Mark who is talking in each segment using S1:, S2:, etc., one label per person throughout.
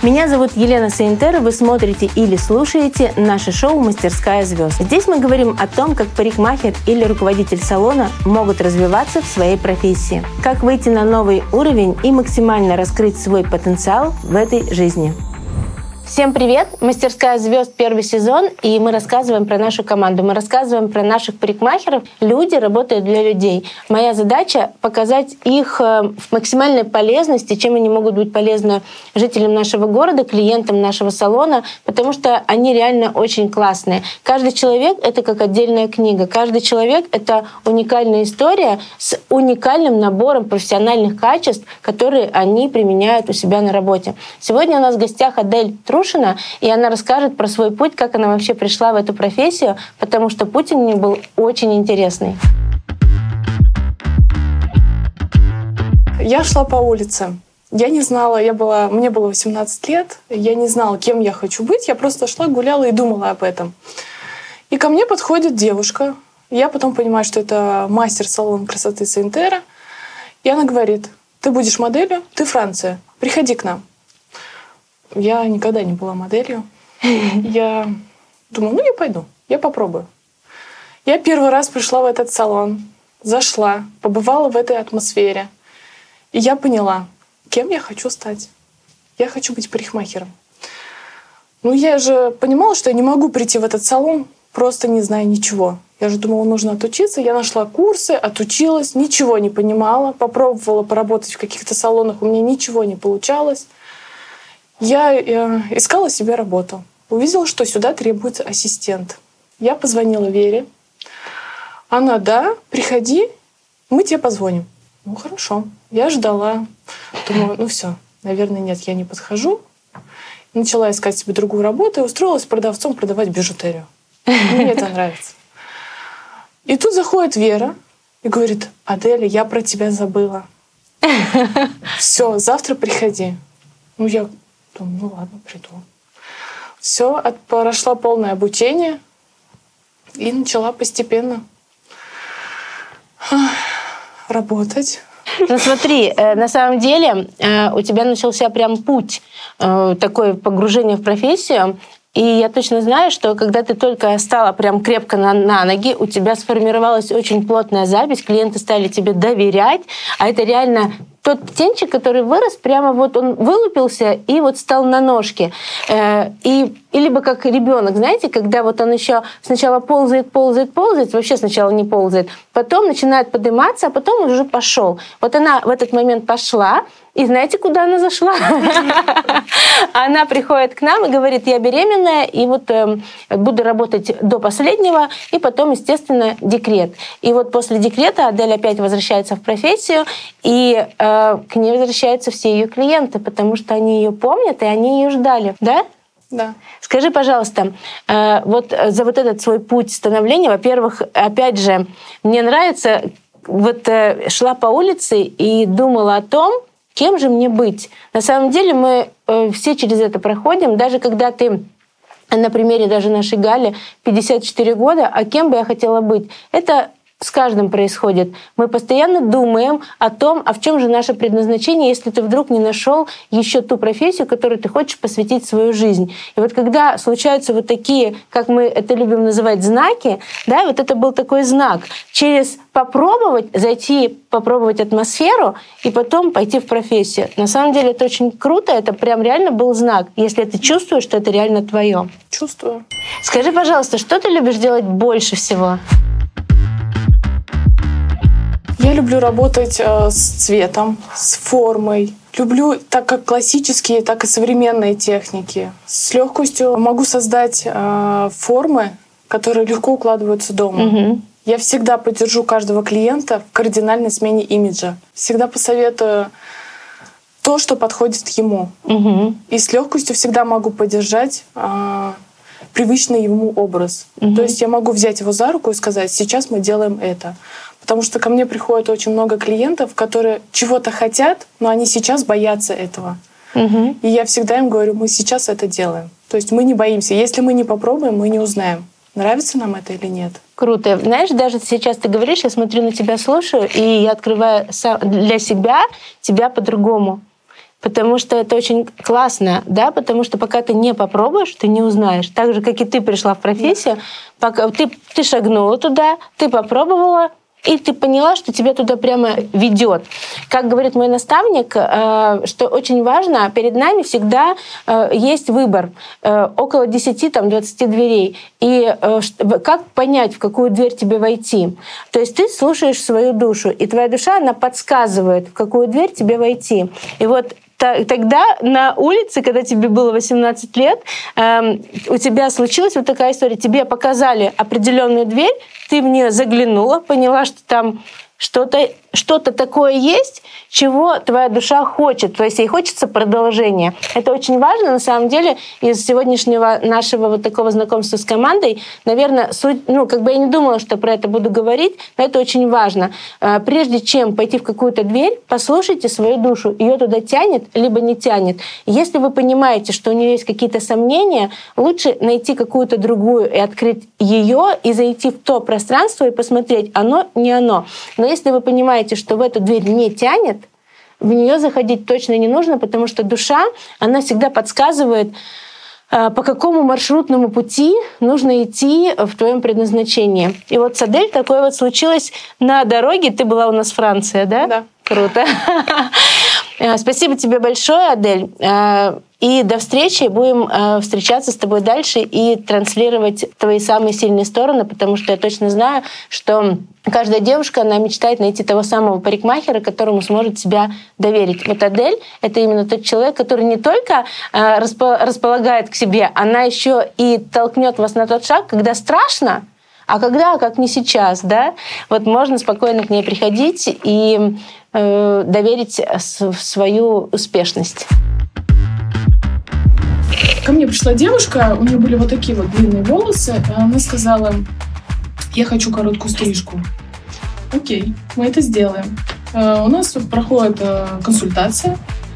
S1: Меня зовут Елена Саинтера, вы смотрите или слушаете наше шоу «Мастерская звезд». Здесь мы говорим о том, как парикмахер или руководитель салона могут развиваться в своей профессии, как выйти на новый уровень и максимально раскрыть свой потенциал в этой жизни. Всем привет! «Мастерская звезд» первый сезон, и мы рассказываем про нашу команду. Мы рассказываем про наших парикмахеров. Люди работают для людей. Моя задача — показать их в максимальной полезности, чем они могут быть полезны жителям нашего города, клиентам нашего салона, потому что они реально очень классные. Каждый человек — это как отдельная книга. Каждый человек — это уникальная история с уникальным набором профессиональных качеств, которые они применяют у себя на работе. Сегодня у нас в гостях Адель Трушина, и она расскажет про свой путь, как она вообще пришла в эту профессию, потому что путь у нее был очень интересный.
S2: Я шла по улице. Я не знала, мне было 18 лет, я не знала, кем я хочу быть, я просто шла, гуляла и думала об этом. И ко мне подходит девушка, я потом понимаю, что это мастер салона красоты Саинтера, и она говорит: ты будешь моделью, ты Франция, приходи к нам. Я никогда не была моделью. Я думала, я пойду, я попробую. Я первый раз пришла в этот салон, зашла, побывала в этой атмосфере. И я поняла, кем я хочу стать. Я хочу быть парикмахером. Я же понимала, что я не могу прийти в этот салон, просто не зная ничего. Я же думала, нужно отучиться. Я нашла курсы, отучилась, ничего не понимала. Попробовала поработать в каких-то салонах, у меня ничего не получалось. Я искала себе работу. Увидела, что сюда требуется ассистент. Я позвонила Вере. Она: да, приходи, мы тебе позвоним. Хорошо. Я ждала. Думаю, все, наверное, нет, я не подхожу. Начала искать себе другую работу и устроилась продавцом продавать бижутерию. Мне это нравится. И тут заходит Вера и говорит: Аделя, я про тебя забыла. Все, завтра приходи. Я думаю, ладно, приду. Все, прошла полное обучение и начала постепенно работать.
S1: Смотри, на самом деле у тебя начался прям путь, такое погружение в профессию. И я точно знаю, что когда ты только стала прям крепко на ноги, у тебя сформировалась очень плотная запись, клиенты стали тебе доверять, а это реально тот птенчик, который вырос, прямо он вылупился и стал на ножки. И либо как ребенок, знаете, когда он еще сначала ползает, вообще сначала не ползает, потом начинает подниматься, а потом уже пошел. Она в этот момент пошла, и знаете, куда она зашла? Она приходит к нам и говорит: я беременная, и буду работать до последнего, и потом, естественно, декрет. И после декрета Адель опять возвращается в профессию, и к ней возвращаются все ее клиенты, потому что они ее помнят, и они ее ждали. Да?
S2: Да.
S1: Скажи, пожалуйста, за этот свой путь становления, во-первых, опять же, мне нравится, шла по улице и думала о том, кем же мне быть. На самом деле мы все через это проходим, даже когда ты на примере даже нашей Гали 54 года, а кем бы я хотела быть? Это с каждым происходит. Мы постоянно думаем о том, а в чем же наше предназначение, если ты вдруг не нашел еще ту профессию, которой ты хочешь посвятить свою жизнь. И когда случаются такие, как мы это любим называть, знаки, да, это был такой знак. Через попробовать атмосферу и потом пойти в профессию. На самом деле это очень круто, это прям реально был знак, если ты чувствуешь, что это реально твое.
S2: Чувствую.
S1: Скажи, пожалуйста, что ты любишь делать больше всего?
S2: Я люблю работать с цветом, с формой. Люблю так как классические, так и современные техники. С легкостью могу создать формы, которые легко укладываются дома.
S1: Угу.
S2: Я всегда поддержу каждого клиента в кардинальной смене имиджа. Всегда посоветую то, что подходит ему.
S1: Угу.
S2: И с легкостью всегда могу поддержать привычный ему образ.
S1: Угу.
S2: То есть я могу взять его за руку и сказать: сейчас мы делаем это. Потому что ко мне приходит очень много клиентов, которые чего-то хотят, но они сейчас боятся этого.
S1: Угу.
S2: И я всегда им говорю: мы сейчас это делаем. То есть мы не боимся. Если мы не попробуем, мы не узнаем, нравится нам это или нет.
S1: Круто. Знаешь, даже сейчас ты говоришь, я смотрю на тебя, слушаю, и я открываю для себя тебя по-другому. потому что это очень классно, да, потому что пока ты не попробуешь, ты не узнаешь. Так же, как и ты пришла в профессию, пока ты шагнула туда, ты попробовала, и ты поняла, что тебя туда прямо ведет. Как говорит мой наставник, что очень важно, перед нами всегда есть выбор. Около 10-20 дверей. И как понять, в какую дверь тебе войти? То есть ты слушаешь свою душу, и твоя душа, она подсказывает, в какую дверь тебе войти. И вот тогда на улице, когда тебе было 18 лет, у тебя случилась вот такая история. Тебе показали определенную дверь, ты в нее заглянула, поняла, что там что-то такое есть, чего твоя душа хочет. То есть ей хочется продолжения. Это очень важно. На самом деле, из сегодняшнего нашего вот такого знакомства с командой, наверное, я не думала, что про это буду говорить, но это очень важно. Прежде чем пойти в какую-то дверь, послушайте свою душу. Ее туда тянет, либо не тянет. Если вы понимаете, что у нее есть какие-то сомнения, лучше найти какую-то другую и открыть ее, и зайти в то пространство и посмотреть, оно, не оно. Но если вы понимаете, что в эту дверь не тянет, в нее заходить точно не нужно, потому что душа, она всегда подсказывает, по какому маршрутному пути нужно идти в твоем предназначении. И вот с Адель такое вот случилось на дороге. Ты была у нас в Франции, да?
S2: Да.
S1: Круто. Спасибо тебе большое, Адель. И до встречи. Будем встречаться с тобой дальше и транслировать твои самые сильные стороны, потому что я точно знаю, что каждая девушка, она мечтает найти того самого парикмахера, которому сможет себя доверить. Вот Адель — это именно тот человек, который не только располагает к себе, она еще и толкнет вас на тот шаг, когда страшно, а когда, как не сейчас, да? Вот можно спокойно к ней приходить и доверить свою успешность.
S2: Ко мне пришла девушка, у нее были вот такие вот длинные волосы. Она сказала: я хочу короткую стрижку. Окей, мы это сделаем. У нас проходит консультация.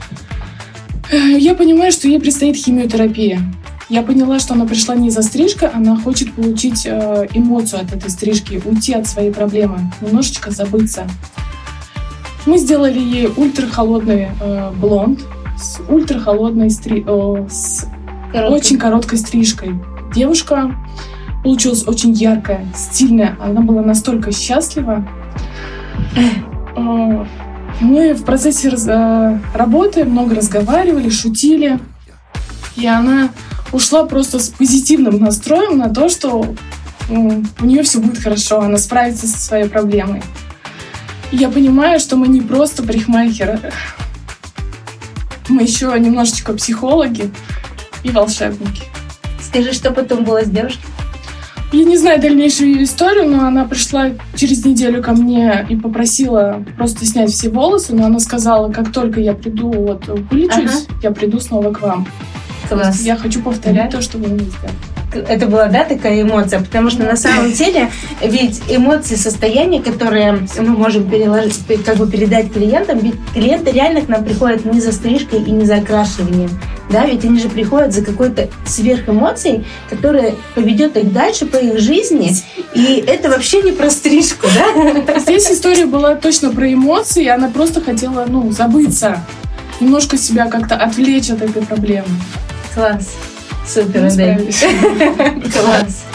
S2: Я понимаю, что ей предстоит химиотерапия. Я поняла, что она пришла не за стрижкой, она хочет получить эмоцию от этой стрижки, уйти от своей проблемы, немножечко забыться. Мы сделали ей ультрахолодный блонд с ультрахолодной очень короткой стрижкой. Девушка получилась очень яркая, стильная. Она была настолько счастлива. Мы в процессе работы много разговаривали, шутили. И она ушла просто с позитивным настроем на то, что у нее все будет хорошо, она справится со своей проблемой. И я понимаю, что мы не просто парикмахеры, мы еще немножечко психологи и волшебники.
S1: Скажи, что потом было с девушкой?
S2: Я не знаю дальнейшую ее историю, но она пришла через неделю ко мне и попросила просто снять все волосы, но она сказала: как только я приду, вылечусь, я приду снова к вам.
S1: Класс.
S2: Я хочу повторять то, что вы мне сделали.
S1: Это была, да, такая эмоция, потому что на самом деле ведь эмоции, состояния, которые мы можем передать клиентам, ведь клиенты реально к нам приходят не за стрижкой и не за окрашиванием, да, ведь они же приходят за какой-то сверхэмоцией, которая поведет их дальше по их жизни, и это вообще не про стрижку, да?
S2: Здесь история была точно про эмоции, она просто хотела, забыться, немножко себя как-то отвлечь от этой проблемы.
S1: Класс. Супер, Адель. Класс.